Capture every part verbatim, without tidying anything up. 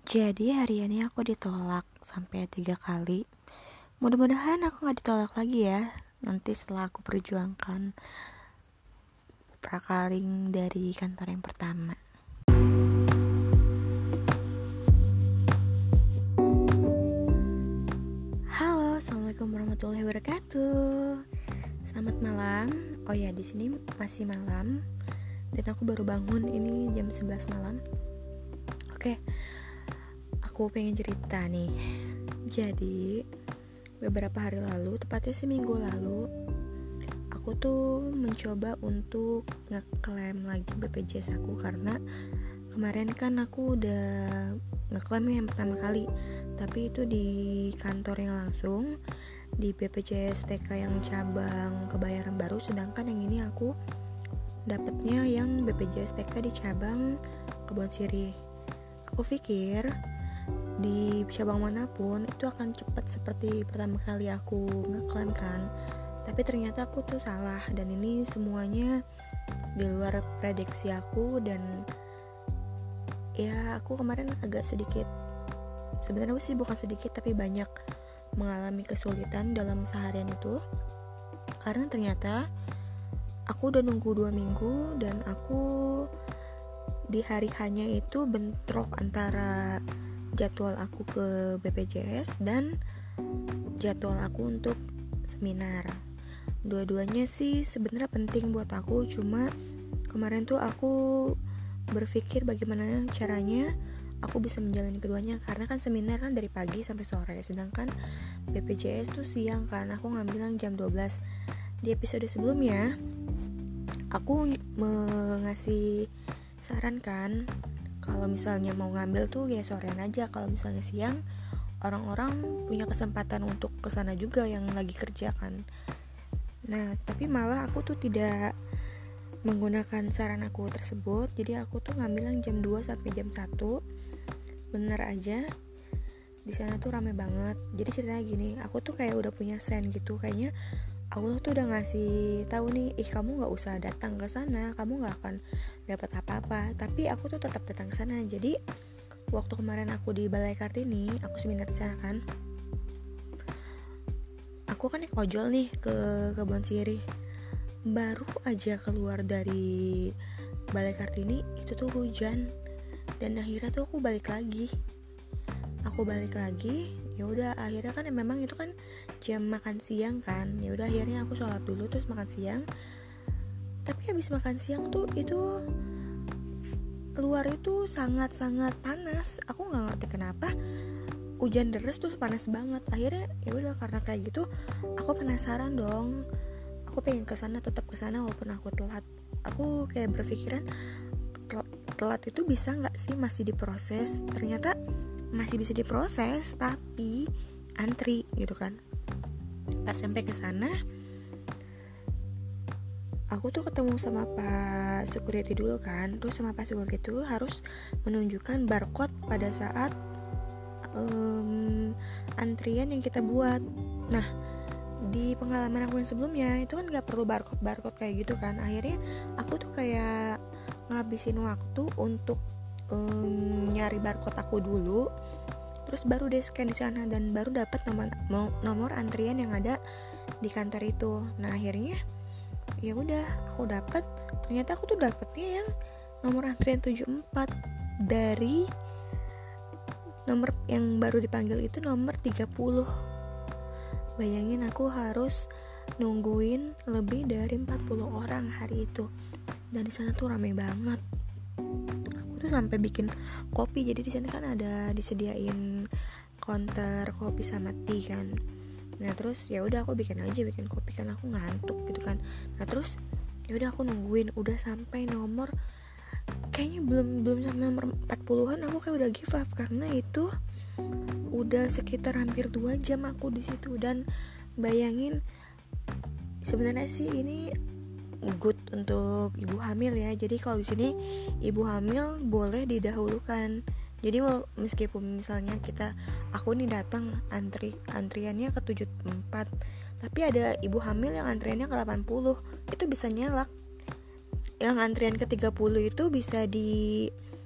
Jadi hari ini aku ditolak sampai tiga kali. Mudah-mudahan aku gak ditolak lagi ya. Nanti setelah aku perjuangkan prakaring dari kantor yang pertama. Halo, assalamualaikum warahmatullahi wabarakatuh. Selamat malam. Oh ya, di sini masih malam dan aku baru bangun. Ini jam sebelas malam. Oke, aku pengen cerita nih. Jadi beberapa hari lalu, tepatnya seminggu lalu, aku tuh mencoba untuk ngeklaim lagi B P J S aku. Karena kemarin kan aku udah ngeklaim yang pertama kali, tapi itu di kantornya langsung, di B P J S T K yang cabang Kebayoran Baru. Sedangkan yang ini aku dapetnya yang B P J S T K di cabang Kebonsiri. Aku pikir di cabang manapun itu akan cepat seperti pertama kali aku ngeklaim kan, tapi ternyata aku tuh salah, dan ini semuanya di luar prediksi aku. Dan ya aku kemarin agak sedikit, sebenarnya sih bukan sedikit tapi banyak mengalami kesulitan dalam seharian itu, karena ternyata aku udah nunggu dua minggu dan aku di hari hanya itu bentrok antara jadwal aku ke B P J S dan jadwal aku untuk seminar. Dua-duanya sih sebenarnya penting buat aku, cuma kemarin tuh aku berpikir bagaimana caranya aku bisa menjalani keduanya, karena kan seminar kan dari pagi sampai sore, sedangkan B P J S tuh siang kan. Aku ngambil yang jam dua belas. Di episode sebelumnya aku mengasih saran kan, kalau misalnya mau ngambil tuh ya sorean aja. Kalau misalnya siang, orang-orang punya kesempatan untuk kesana juga yang lagi kerja kan. Nah, tapi malah aku tuh tidak menggunakan saran aku tersebut. Jadi aku tuh ngambil yang jam dua sampai jam satu. Bener aja, di sana tuh rame banget. Jadi ceritanya gini, aku tuh kayak udah punya sen gitu. Kayaknya Allah tuh udah ngasih tahu nih, ih kamu nggak usah datang ke sana, kamu nggak akan dapat apa-apa. Tapi aku tuh tetap datang ke sana. Jadi waktu kemarin aku di Balai Kartini, aku seminar di sana kan, aku kan naik ojol nih ke Kebonsiri. Baru aja keluar dari Balai Kartini itu tuh hujan, dan akhirnya tuh aku balik lagi. Aku balik lagi, ya udah akhirnya kan memang itu kan jam makan siang kan. Ya udah akhirnya aku sholat dulu terus makan siang. Tapi habis makan siang tuh itu luar itu sangat-sangat panas. Aku nggak ngerti kenapa hujan deras tuh panas banget. Akhirnya ya udah, karena kayak gitu aku penasaran dong. Aku pengen kesana, tetap kesana walaupun aku telat. Aku kayak berpikiran telat itu bisa nggak sih masih diproses. Ternyata masih bisa diproses, tapi antri gitu kan. Pas sampai ke sana, aku tuh ketemu sama Pak Security dulu kan. Terus sama Pak Security itu harus menunjukkan barcode pada saat um, antrian yang kita buat. Nah, di pengalaman aku yang sebelumnya itu kan nggak perlu barcode barcode kayak gitu kan. Akhirnya aku tuh kayak ngabisin waktu untuk um, nyari barcode aku dulu, terus baru deh scan di sana dan baru dapat nomor nomor antrian yang ada di kantor itu. Nah akhirnya ya udah aku dapat. Ternyata aku tuh dapetnya yang nomor antrian tujuh puluh empat dari nomor yang baru dipanggil itu nomor tiga puluh. Bayangin aku harus nungguin lebih dari empat puluh orang hari itu, dan di sana tuh ramai banget. Aku tuh sampai bikin kopi. Jadi di sana kan ada disediain counter kopi sama tea kan. Nah terus ya udah aku bikin aja bikin kopi kan, aku ngantuk gitu kan. Nah terus ya udah aku nungguin, udah sampai nomor kayaknya belum belum sampai nomor empat puluhan aku kayak udah give up, karena itu udah sekitar hampir dua jam aku di situ. Dan bayangin, sebenarnya sih ini good untuk ibu hamil ya. Jadi kalau di sini ibu hamil boleh didahulukan. Jadi meskipun misalnya kita aku nih datang antri antriannya ke tujuh puluh empat, tapi ada ibu hamil yang antriannya ke delapan puluh, itu bisa nyelak. Yang antrian ke tiga puluh itu bisa di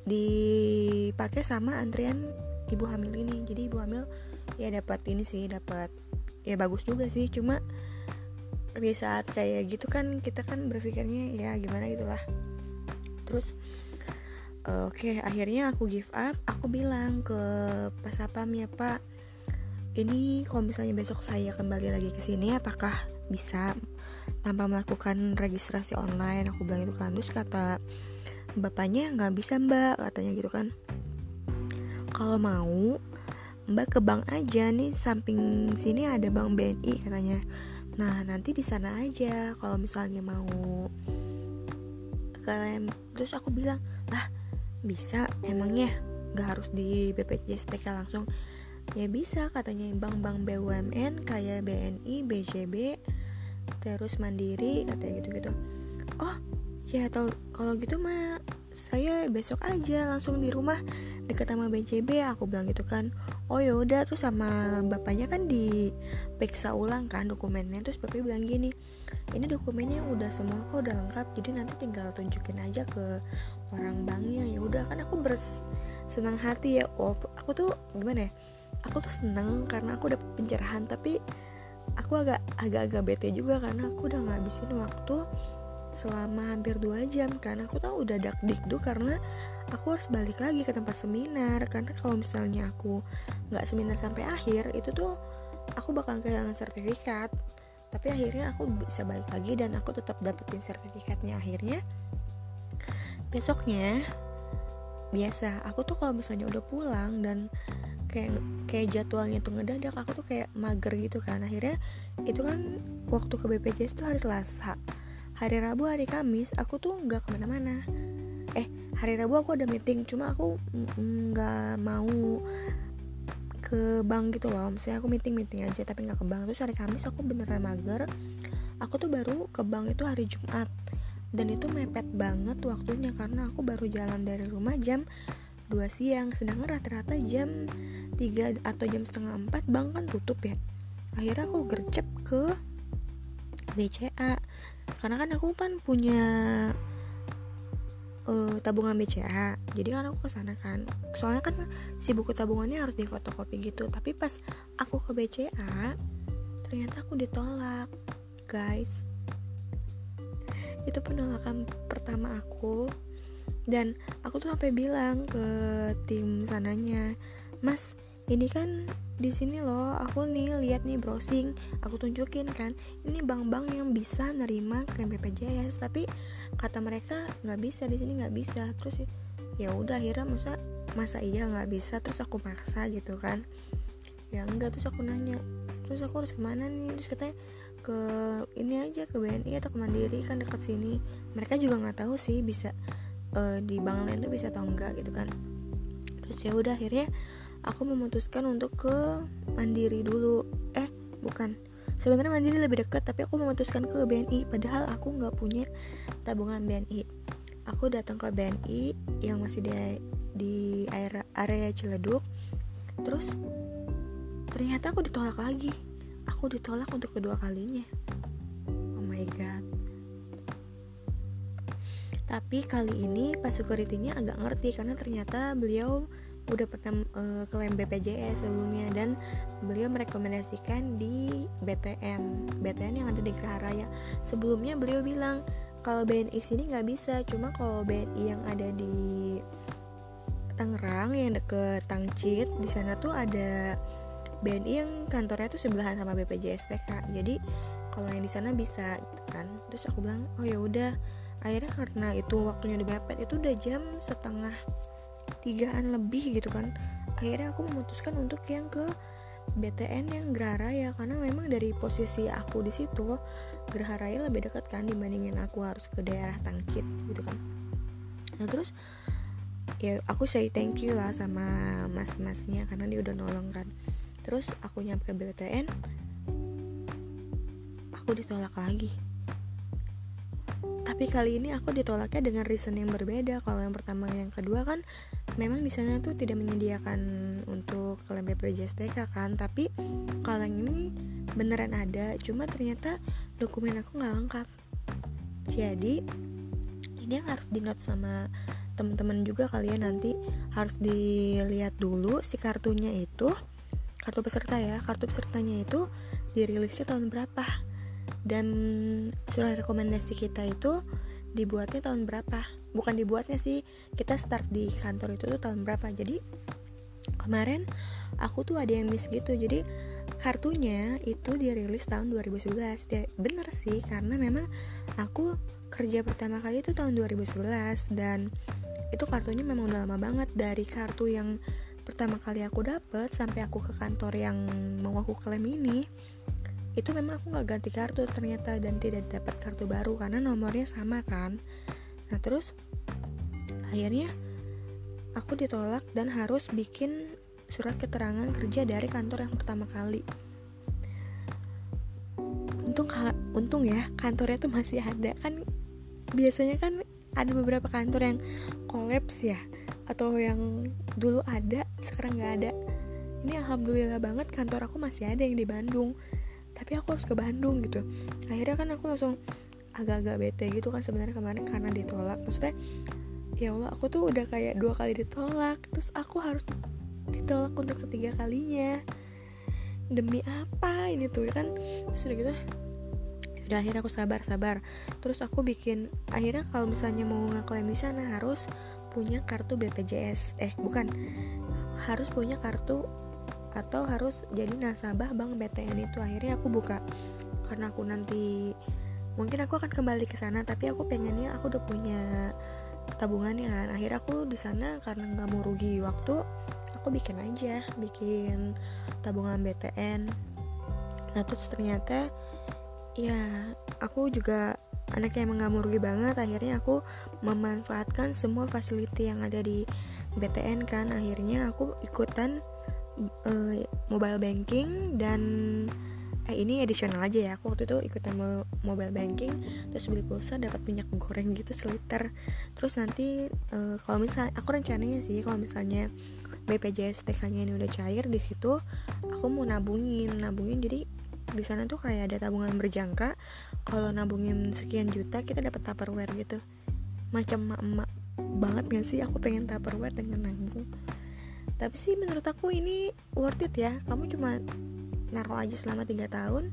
dipakai sama antrian ibu hamil ini. Jadi ibu hamil ya dapat ini sih, dapat ya bagus juga sih. Cuma di saat kayak gitu kan kita kan berpikirnya ya gimana gitulah. Terus uh, oke okay, akhirnya aku give up. Aku bilang ke Pak Sapam, ya Pak, ini kalau misalnya besok saya kembali lagi ke sini apakah bisa tanpa melakukan registrasi online? Aku bilang itu kan. Terus kata bapaknya nggak bisa mbak, katanya gitu kan. Kalau mau mbak ke bank aja, nih samping sini ada bank B N I katanya. Nah nanti di sana aja kalau misalnya mau kalian. Terus aku bilang, lah bisa emangnya nggak harus di B P J S T K langsung? Ya bisa katanya, bank-bank B U M N kayak B N I, B J B, terus Mandiri katanya gitu-gitu. Oh ya tau, kalau gitu mah saya besok aja langsung di rumah dekat sama B J B, aku bilang gitu kan. Oh ya udah. Terus sama bapaknya kan diperiksa ulang kan dokumennya. Terus bapaknya bilang gini, ini dokumennya udah semua kok, udah lengkap, jadi nanti tinggal tunjukin aja ke orang banknya. Ya udah kan aku bersenang hati ya. Oh aku tuh gimana ya, aku tuh seneng karena aku dapet pencerahan, tapi aku agak agak-agak bete juga karena aku udah ngabisin waktu selama hampir dua jam kan. Aku tuh udah dak-dikduk karena aku harus balik lagi ke tempat seminar. Karena kalau misalnya aku nggak seminar sampai akhir itu tuh aku bakal kehilangan sertifikat. Tapi akhirnya aku bisa balik lagi dan aku tetap dapetin sertifikatnya. Akhirnya besoknya biasa aku tuh kalau misalnya udah pulang dan kayak kayak jadwalnya tuh ngedadak, aku tuh kayak mager gitu kan. Akhirnya itu kan waktu ke B P J S tuh hari Selasa. Hari Rabu, hari Kamis aku tuh nggak kemana-mana. Eh hari Rabu aku ada meeting, cuma aku nggak mau ke bank gitu loh. Misalnya aku meeting-meeting aja tapi nggak ke bank. Terus hari Kamis aku beneran mager. Aku tuh baru ke bank itu hari Jumat, dan itu mepet banget waktunya karena aku baru jalan dari rumah jam dua siang. Sedangkan rata-rata jam tiga atau jam setengah empat bank kan tutup ya. Akhirnya aku gercep ke B C A karena kan aku kan punya uh, tabungan B C A. Jadi kan aku kesana kan, soalnya kan si buku tabungannya harus difotokopi gitu. Tapi pas aku ke B C A ternyata aku ditolak guys. Itu penolakan pertama aku. Dan aku tuh sampai bilang ke tim sananya, Mas, ini kan di sini loh, aku nih lihat nih browsing, aku tunjukin kan, ini bank-bank yang bisa nerima klaim B P J S, tapi kata mereka nggak bisa, di sini nggak bisa. Terus ya udah akhirnya masa masa iya nggak bisa. Terus aku maksa gitu kan, ya enggak. Terus aku nanya, terus aku harus kemana nih? Terus katanya ke ini aja, ke B N I atau ke Mandiri, kan dekat sini. Mereka juga nggak tahu sih bisa Uh, di bank lain tuh bisa atau enggak gitu kan. Terus ya udah akhirnya aku memutuskan untuk ke Mandiri dulu. Eh bukan, sebenarnya Mandiri lebih dekat, tapi aku memutuskan ke B N I padahal aku nggak punya tabungan B N I. Aku datang ke B N I yang masih di di area, area Ciledug. Terus ternyata aku ditolak lagi. Aku ditolak untuk kedua kalinya. Oh my god. Tapi kali ini pas security-nya agak ngerti karena ternyata beliau udah pernah uh, klaim B P J S sebelumnya, dan beliau merekomendasikan di B T N B T N yang ada di Geraha Raya. Sebelumnya beliau bilang kalau B N I sini nggak bisa, cuma kalau B N I yang ada di Tangerang yang deket Tangcit, di sana tuh ada B N I yang kantornya tuh sebelahan sama B P J S T K. Jadi kalau yang di sana bisa gitu kan. Terus aku bilang oh ya udah. Akhirnya karena itu waktunya udah mepet, itu udah jam setengah tigaan lebih gitu kan. Akhirnya aku memutuskan untuk yang ke B T N yang Geraha Raya, karena memang dari posisi aku di situ Geraha Raya lebih dekat kan dibandingin aku harus ke daerah Tangcit gitu kan. Nah terus ya aku say thank you lah sama mas-masnya karena dia udah nolong kan. Terus aku nyampe ke B T N, aku ditolak lagi. Tapi kali ini aku ditolaknya dengan reason yang berbeda. Kalau yang pertama, yang kedua kan memang di sana tuh tidak menyediakan untuk klaim B P J S T K kan. Tapi kalau yang ini beneran ada, cuma ternyata dokumen aku nggak lengkap. Jadi ini yang harus di note sama teman-teman juga kalian nanti harus dilihat dulu si kartunya itu, kartu peserta ya, kartu pesertanya itu dirilisnya tahun berapa, dan surat rekomendasi kita itu dibuatnya tahun berapa. Bukan dibuatnya sih, kita start di kantor itu tuh tahun berapa. Jadi kemarin aku tuh ada yang miss gitu, jadi kartunya itu dirilis tahun dua ribu sebelas. Ya, bener sih, karena memang aku kerja pertama kali itu tahun dua ribu sebelas, dan itu kartunya memang udah lama banget. Dari kartu yang pertama kali aku dapet sampai aku ke kantor yang mau aku klaim ini, itu memang aku gak ganti kartu ternyata, dan tidak dapat kartu baru karena nomornya sama kan. Nah terus akhirnya aku ditolak dan harus bikin surat keterangan kerja dari kantor yang pertama kali. Untung untung ya kantornya tuh masih ada. Kan biasanya kan ada beberapa kantor yang kolaps ya, atau yang dulu ada sekarang nggak ada. Ini alhamdulillah banget kantor aku masih ada yang di Bandung, tapi aku harus ke Bandung gitu. Akhirnya kan aku langsung agak-agak bete gitu kan sebenarnya kemarin karena ditolak. Maksudnya ya Allah, aku tuh udah kayak dua kali ditolak, terus aku harus ditolak untuk ketiga kalinya. Demi apa ini tuh kan? Terus udah gitu udah akhirnya aku sabar-sabar. Terus aku bikin, akhirnya kalau misalnya mau ngeklaim di sana harus punya kartu B P J S. Eh bukan, harus punya kartu atau harus jadi nasabah Bank B T N itu. Akhirnya aku buka karena aku nanti mungkin aku akan kembali ke sana, tapi aku pengennya aku udah punya tabungannya kan. Akhirnya aku di sana karena nggak mau rugi waktu, aku bikin aja, bikin tabungan B T N. Nah terus ternyata ya aku juga anaknya emang gak mau rugi banget. Akhirnya aku memanfaatkan semua fasilitas yang ada di B T N kan. Akhirnya aku ikutan uh, mobile banking dan eh ini additional aja ya. Aku waktu itu ikutan mo- mobile banking, terus beli pulsa dapat minyak goreng gitu seliter. Terus nanti uh, kalau misalnya aku rencananya sih kalau misalnya B P J S T K-nya ini udah cair, di situ aku mau nabungin, nabungin jadi di sana tuh kayak ada tabungan berjangka. Kalau nabungin sekian juta kita dapat Tupperware gitu. Macam emak-emak banget gak sih? Aku pengen Tupperware dengan nabung. Tapi sih menurut aku ini worth it ya. Kamu cuma naruh aja selama tiga tahun,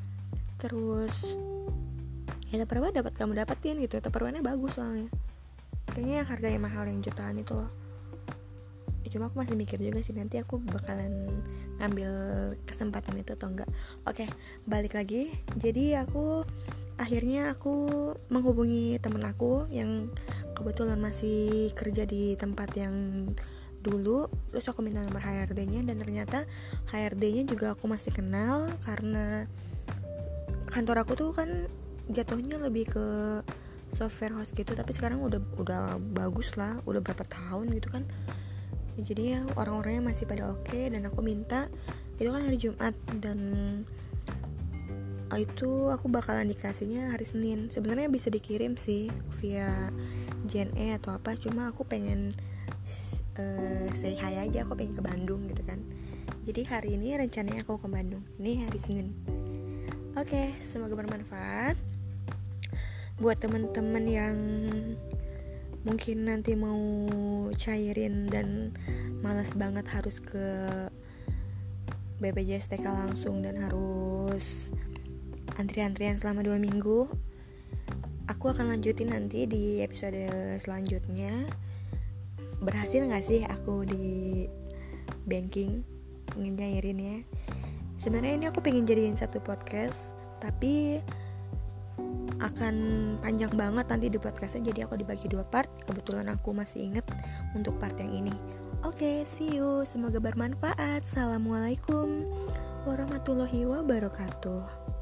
terus ya Tupperware dapat kamu dapetin gitu. Tupperware-nya bagus soalnya. Kayaknya yang harganya mahal yang jutaan itu loh. Cuma aku masih mikir juga sih nanti aku bakalan ngambil kesempatan itu atau enggak. Oke, balik lagi. Jadi aku akhirnya aku menghubungi temen aku yang kebetulan masih kerja di tempat yang dulu. Terus aku minta nomor H R D-nya, dan ternyata H R D-nya juga aku masih kenal karena kantor aku tuh kan jatuhnya lebih ke software house gitu, tapi sekarang udah udah bagus lah, udah berapa tahun gitu kan. Jadi ya orang-orangnya masih pada oke, dan aku minta itu kan hari Jumat, dan itu aku bakalan dikasihnya hari Senin. Sebenarnya bisa dikirim sih via J N E atau apa, cuma aku pengen uh, say hi aja, aku pengen ke Bandung gitu kan. Jadi hari ini rencananya aku ke Bandung, ini hari Senin. Oke, semoga bermanfaat buat teman-teman yang mungkin nanti mau cairin dan malas banget harus ke B P J S T K langsung dan harus antri-antrian selama dua minggu. Aku akan lanjutin nanti di episode selanjutnya. Berhasil gak sih aku di banking ngejairinnya? Sebenarnya ini aku pengen jadiin satu podcast, tapi akan panjang banget nanti di podcastnya, jadi aku dibagi dua part. Kebetulan aku masih inget untuk part yang ini. Oke, okay, see you. Semoga bermanfaat. Assalamualaikum warahmatullahi wabarakatuh.